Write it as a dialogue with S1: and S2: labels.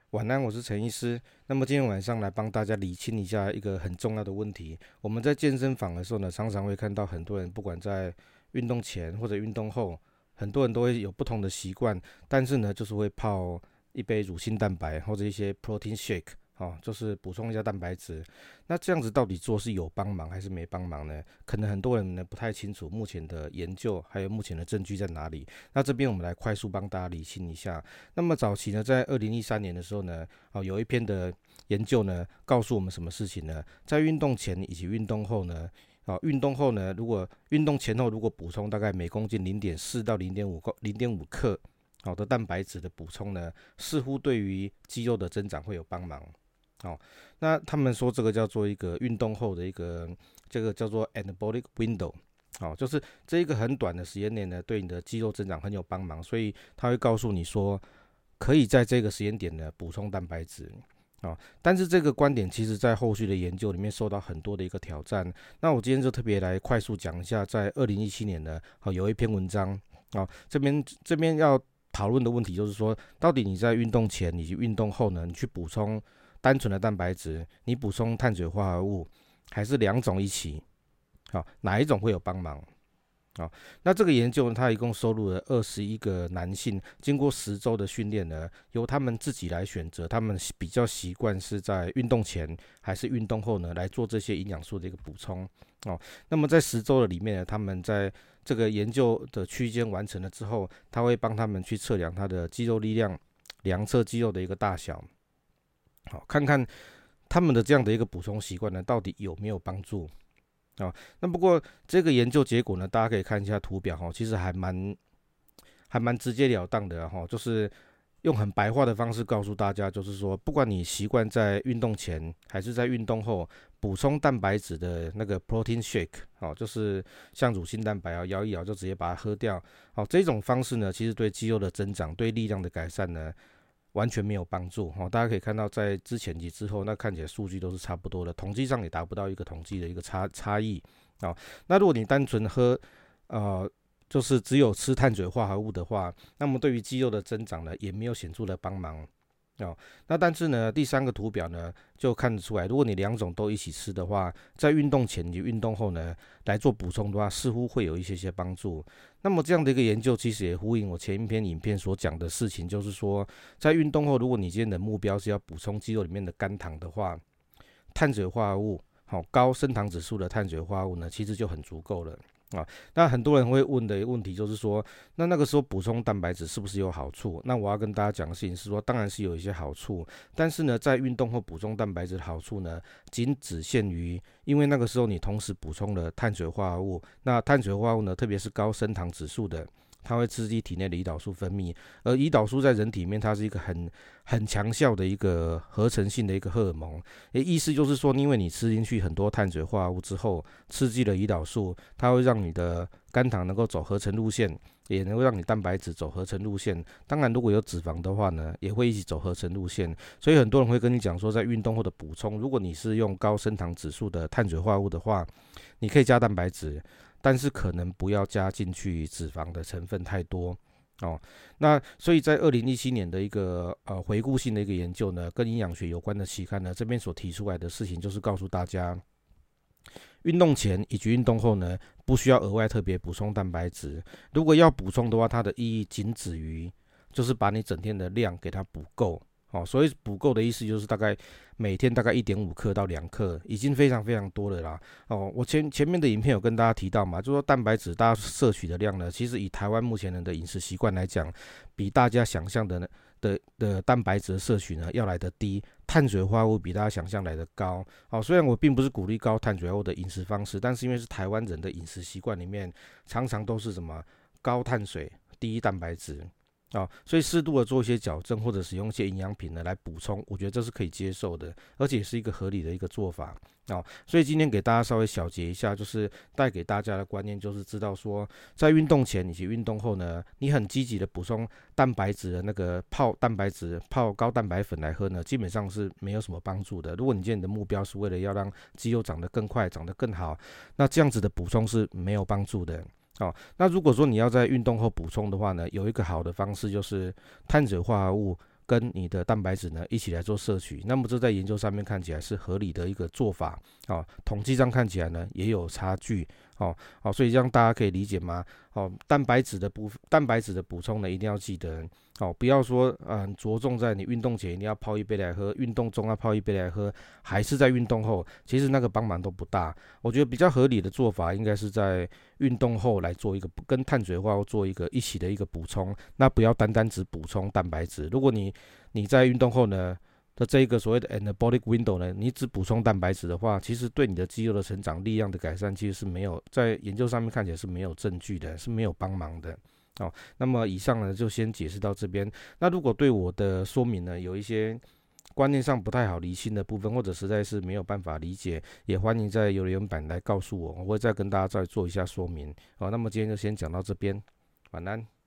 S1: 晚安，我是陈医师。那么今天晚上来帮大家理清一下一个很重要的问题。我们在健身房的时候呢，常常会看到很多人，不管在运动前或者运动后，很多人都会有不同的习惯，但是呢，就是会泡一杯乳清蛋白或者一些 protein shake，就是补充一下蛋白质。那这样子到底做是有帮忙还是没帮忙呢？可能很多人呢不太清楚目前的研究还有目前的证据在哪里。那这边我们来快速帮大家理清一下。那么早期呢，在2013年的时候呢，有一篇的研究呢，告诉我们什么事情呢？在运动前以及运动后呢，运动后呢，如果运动前后如果补充大概每公斤0.4到0.5克好的蛋白质的补充呢，似乎对于肌肉的增长会有帮忙。那他们说这个叫做一个运动后的这个叫做 anabolic window。就是这一个很短的时间内呢，对你的肌肉增长很有帮忙，所以他会告诉你说，可以在这个时间点呢补充蛋白质。但是这个观点其实在后续的研究里面受到很多的一个挑战。那我今天就特别来快速讲一下，在2017年呢，有一篇文章。这边要讨论的问题就是说，到底你在运动前以及运动后呢，你去补充单纯的蛋白质，你补充碳水化合物，还是两种一起？哪一种会有帮忙？那这个研究呢，它一共收录了21个男性，经过10周的训练呢，由他们自己来选择，他们比较习惯是在运动前还是运动后呢，来做这些营养素的一个补充。那么在10周的里面呢，他们在这个研究的区间完成了之后，他会帮他们去测量他的肌肉力量，量测肌肉的一个大小，看看他们的这样的一个补充习惯呢，到底有没有帮助。那不过这个研究结果呢，大家可以看一下图表其实还蛮直截了当的就是用很白话的方式告诉大家，就是说，不管你习惯在运动前还是在运动后补充蛋白质的那个 protein shake，就是像乳清蛋白摇一摇就直接把它喝掉，这种方式呢，其实对肌肉的增长、对力量的改善呢，完全没有帮助大家可以看到，在之前及之后，那看起来数据都是差不多的，统计上也达不到一个统计的一个差异那如果你单纯喝就是只有吃碳水化合物的话，那么对于肌肉的增长呢，也没有显著的帮忙那但是呢，第三个图表呢，就看得出来，如果你两种都一起吃的话，在运动前及运动后呢，来做补充的话，似乎会有一些帮助。那么这样的一个研究，其实也呼应我前一篇影片所讲的事情，就是说，在运动后，如果你今天的目标是要补充肌肉里面的肝糖的话，碳水化合物，高升糖指数的碳水化合物呢，其实就很足够了。那很多人会问的一个问题就是说，那个时候补充蛋白质是不是有好处？那我要跟大家讲的事情是说，当然是有一些好处，但是呢，在运动后补充蛋白质的好处呢，仅只限于，因为那个时候你同时补充了碳水化合物，那碳水化合物呢，特别是高升糖指数的，它会刺激体内的胰岛素分泌，而胰岛素在人体里面它是一个很强效的一个合成性的一个荷尔蒙，意思就是说，因为你吃进去很多碳水化合物之后，刺激了胰岛素，它会让你的肝糖能够走合成路线，也能够让你蛋白质走合成路线。当然，如果有脂肪的话呢，也会一起走合成路线。所以很多人会跟你讲说，在运动后的补充，如果你是用高升糖指数的碳水化合物的话，你可以加蛋白质，但是可能不要加进去脂肪的成分太多。那所以在2017年的一个回顾性的一个研究呢，跟营养学有关的期刊呢，这边所提出来的事情就是告诉大家，运动前以及运动后呢，不需要额外特别补充蛋白质。如果要补充的话，它的意义仅止于就是把你整天的量给它补够。所以补够的意思就是大概每天大概1.5克到2克，已经非常非常多了啦。我前面的影片有跟大家提到嘛，就说蛋白质大家摄取的量呢，其实以台湾目前人的饮食习惯来讲，比大家想象的蛋白质的摄取呢要来得低，碳水化合物比大家想象来得高。虽然我并不是鼓励高碳水化合物的饮食方式，但是因为是台湾人的饮食习惯里面，常常都是什么高碳水低蛋白质。所以适度的做一些矫正，或者使用一些营养品呢来补充，我觉得这是可以接受的，而且是一个合理的一个做法。所以今天给大家稍微小结一下，就是带给大家的观念，就是知道说，在运动前以及运动后呢，你很积极的补充蛋白质的那个泡蛋白质、泡高蛋白粉来喝呢，基本上是没有什么帮助的。如果你今天的目标是为了要让肌肉长得更快、长得更好，那这样子的补充是没有帮助的。那如果说你要在运动后补充的话呢，有一个好的方式就是碳水化合物跟你的蛋白质呢一起来做摄取，那么这在研究上面看起来是合理的一个做法统计上看起来呢也有差距所以这样大家可以理解吗？蛋白质的补充呢一定要记得不要说着重在你运动前一定要泡一杯来喝，运动中要泡一杯来喝，还是在运动后，其实那个帮忙都不大。我觉得比较合理的做法应该是在运动后来做一个跟碳水化合物做一起的一个补充，那不要单单只补充蛋白质。如果你在运动后呢的这一个所谓的 anabolic window 呢，你只补充蛋白质的话，其实对你的肌肉的成长、力量的改善，其实是没有在研究上面看起来是没有证据的，是没有帮忙的。那么以上呢就先解释到这边。那如果对我的说明呢有一些观念上不太好厘清的部分，或者实在是没有办法理解，也欢迎在留言板来告诉我，我会再跟大家再做一下说明。那么今天就先讲到这边，晚安。